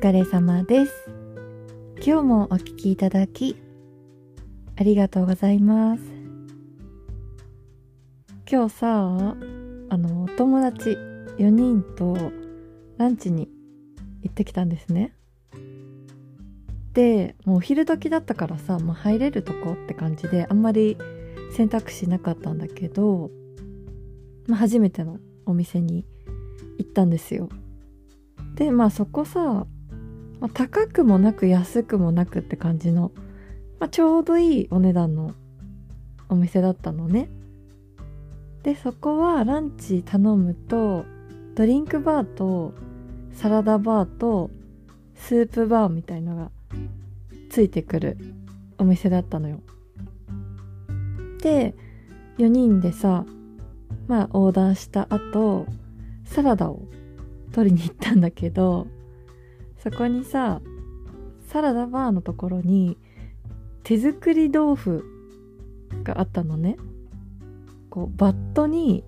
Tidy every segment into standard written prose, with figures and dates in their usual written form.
疲れ様です。今日もお聞きいただきありがとうございます。今日さ、お友達4人とランチに行ってきたんですね。で、もうお昼時だったからさ、入れるとこって感じであんまり選択肢なかったんだけど、初めてのお店に行ったんですよ。で、そこさ、高くもなく安くもなくって感じの、ちょうどいいお値段のお店だったのね。で、そこはランチ頼むとドリンクバーとサラダバーとスープバーみたいのがついてくるお店だったのよ。で、4人でさ、オーダーした後サラダを取りに行ったんだけど、そこにさ、サラダバーのところに手作り豆腐があったのね。バットに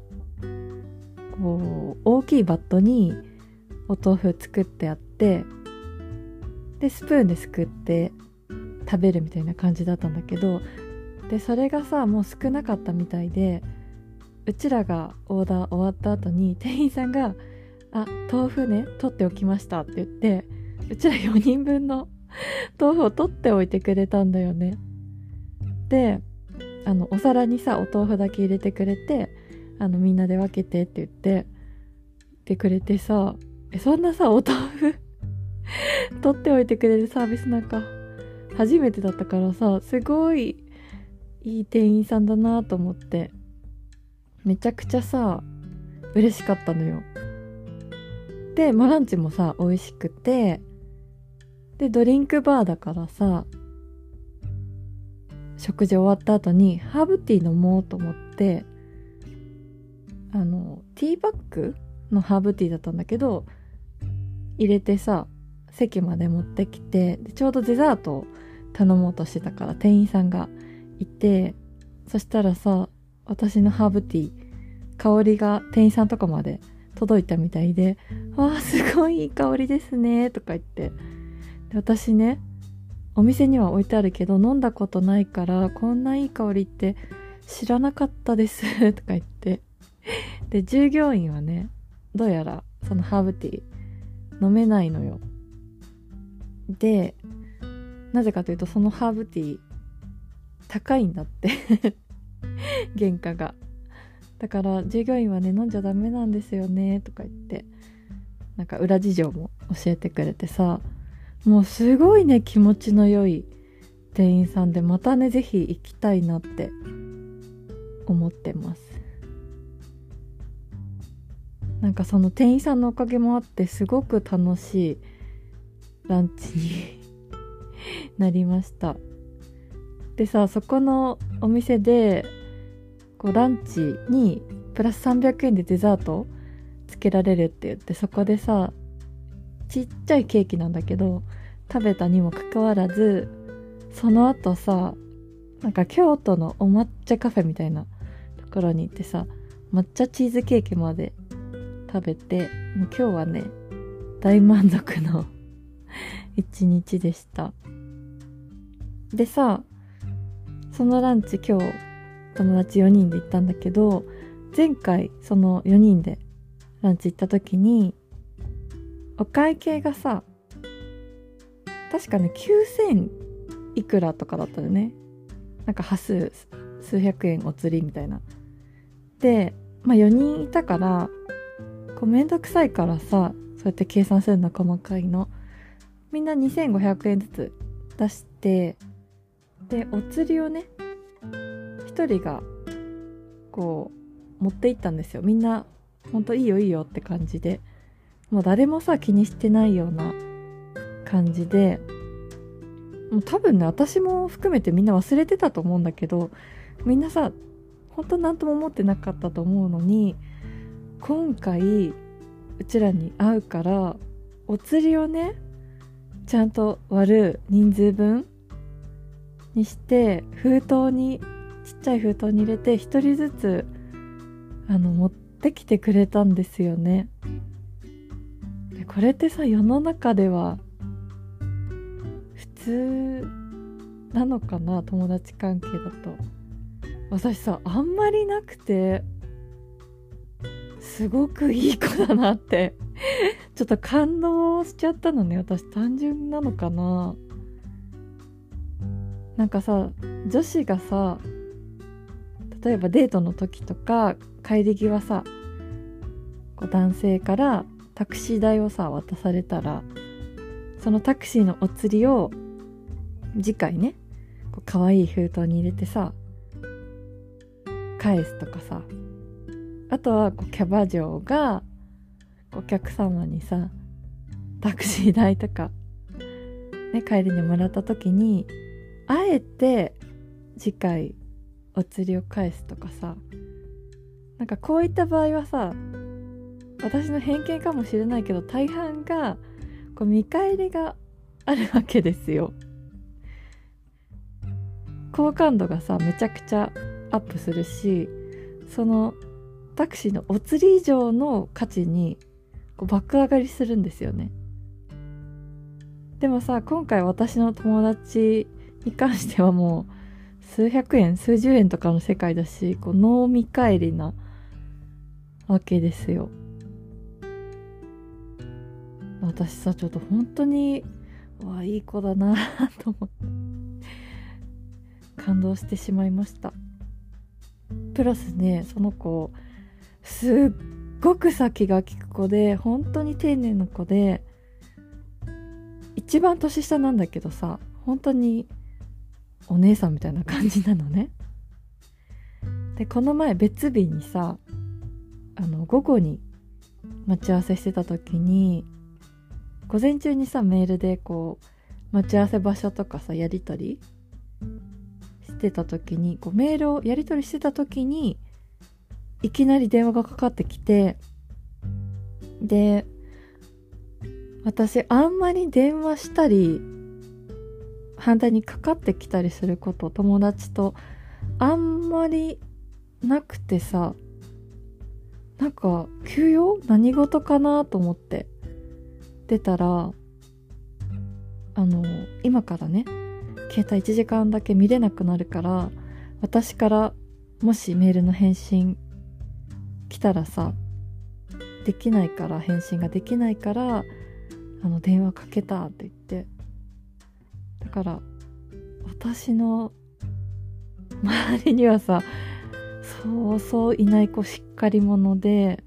大きいバットにお豆腐作ってあって、でスプーンですくって食べるみたいな感じだったんだけど、でそれがさもう少なかったみたいで、うちらがオーダー終わった後に店員さんが豆腐ね取っておきましたって言って、うちら4人分の豆腐を取っておいてくれたんだよね。で、お皿にさお豆腐だけ入れてくれて、みんなで分けてって言ってくれてさ、そんなさお豆腐取っておいてくれるサービスなんか初めてだったからさ、すごいいい店員さんだなと思って、めちゃくちゃさ嬉しかったのよ。で、ランチもさ美味しくて、でドリンクバーだからさ、食事終わった後にハーブティー飲もうと思って、ティーバッグのハーブティーだったんだけど入れてさ席まで持ってきて、でちょうどデザートを頼もうとしてたから店員さんがいて、そしたらさ私のハーブティー香りが店員さんとかまで届いたみたいで、すごいいい香りですねとか言って、で私ねお店には置いてあるけど飲んだことないからこんないい香りって知らなかったですとか言って、で従業員はねどうやらそのハーブティー飲めないのよ。でなぜかというとそのハーブティー高いんだって原価が。だから従業員はね飲んじゃダメなんですよねとか言って、なんか裏事情も教えてくれてさ、もうすごいね気持ちの良い店員さんで、またねぜひ行きたいなって思ってます。なんかその店員さんのおかげもあってすごく楽しいランチになりました。でさ、そこのお店でランチにプラス300円でデザートつけられるって言って、そこでさちっちゃいケーキなんだけど食べたにもかかわらず、その後さなんか京都のお抹茶カフェみたいなところに行ってさ抹茶チーズケーキまで食べて、もう今日はね大満足の一日でした。でさ、そのランチ今日友達4人で行ったんだけど、前回その4人でランチ行った時にお会計がさ確かね9000いくらとかだったよね。なんか数百円お釣りみたいな。で、4人いたからめんどくさいからさ、そうやって計算するの細かいの。みんな2500円ずつ出して、でお釣りをね一人が持って行ったんですよ。みんなほんといいよいいよって感じで、もう誰もさ気にしてないような感じで、もう多分ね私も含めてみんな忘れてたと思うんだけど、みんなさほんと何とも思ってなかったと思うのに、今回うちらに会うからお釣りをねちゃんと割る人数分にして封筒に、ちっちゃい封筒に入れて一人ずつ持ってきてくれたんですよね。でこれってさ世の中では通なのかな、友達関係だと。私さあんまりなくて、すごくいい子だなってちょっと感動しちゃったのね。私単純なのかな。なんかさ、女子がさ、例えばデートの時とか帰り際さ、こう男性からタクシー代をさ渡されたら、そのタクシーのお釣りを次回ね、こう可愛い封筒に入れてさ返すとかさ、あとはこうキャバ嬢がお客様にさタクシー代とか、ね、帰りにもらった時にあえて次回お釣りを返すとかさ、なんかこういった場合はさ、私の偏見かもしれないけど大半がこう見返りがあるわけですよ。好感度がさめちゃくちゃアップするし、そのタクシーのお釣り以上の価値にこう爆上がりするんですよね。でもさ、今回私の友達に関してはもう数百円数十円とかの世界だし、こうノー見返りなわけですよ。私さちょっと本当にいい子だなと思って感動してしまいました。プラスね、その子すっごくさ気が利く子で、本当に丁寧な子で、一番年下なんだけどさ、本当にお姉さんみたいな感じなのね。でこの前別日にさ、午後に待ち合わせしてた時に、午前中にさメールでこう待ち合わせ場所とかさやり取りしてた時に、こうメールをやり取りしてた時にいきなり電話がかかってきて、で私あんまり電話したり反対にかかってきたりすること友達とあんまりなくてさ、なんか急用何事かなと思って出たら、今からね携帯1時間だけ見れなくなるから、私からもしメールの返信来たらさできないから、返信ができないから電話かけたって言って、だから私の周りにはさそうそういない子しっかり者で、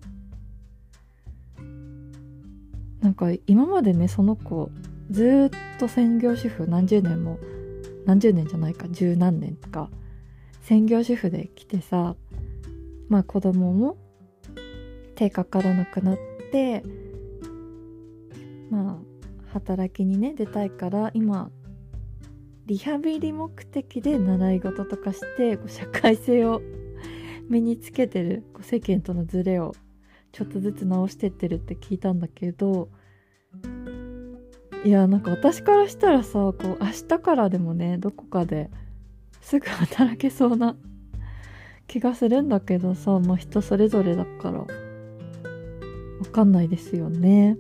なんか今までねその子ずっと専業主婦何十年も、何十年じゃないか十何年とか専業主婦で来てさ、まあ子供も手かからなくなって、まあ働きにね出たいから今リハビリ目的で習い事とかしてこう社会性を身につけてる、こう世間とのズレをちょっとずつ直してってるって聞いたんだけど、いやなんか私からしたらさ、こう明日からでもねどこかですぐ働けそうな気がするんだけどさ、まあ人それぞれだからわかんないですよね。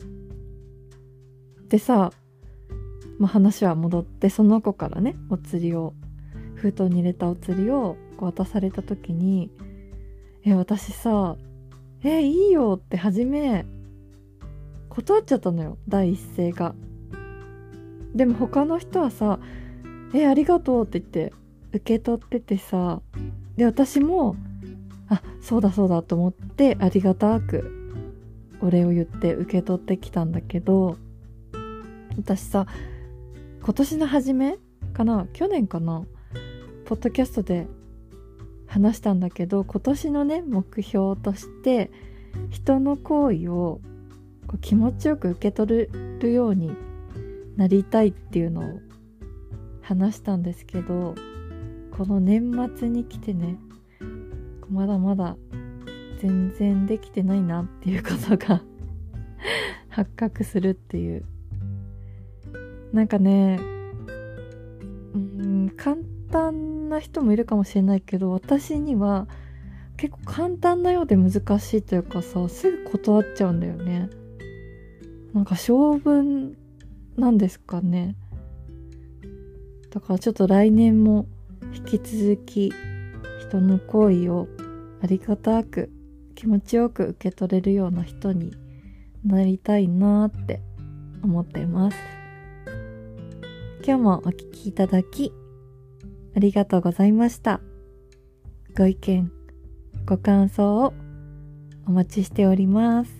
でさ、まあ、話は戻って、その子からねお釣りを、封筒に入れたお釣りをこう渡された時に、私さいいよって初め断っちゃったのよ、第一声が。でも他の人はさありがとうって言って受け取っててさ、で私もそうだそうだと思ってありがたくお礼を言って受け取ってきたんだけど、私さ今年の初めかな、去年かな、ポッドキャストで話したんだけど、今年のね目標として人の行為をこう気持ちよく受け取れるようになりたいっていうのを話したんですけど、この年末に来てねまだまだ全然できてないなっていうことが発覚するっていう。なんかね簡単な人もいるかもしれないけど、私には結構簡単なようで難しいというかさ、すぐ断っちゃうんだよね。なんか性分なんですかね。 だからちょっと来年も引き続き人の行為をありがたく気持ちよく受け取れるような人になりたいなって思ってます。今日もお聞きいただきありがとうございました。ご意見、ご感想をお待ちしております。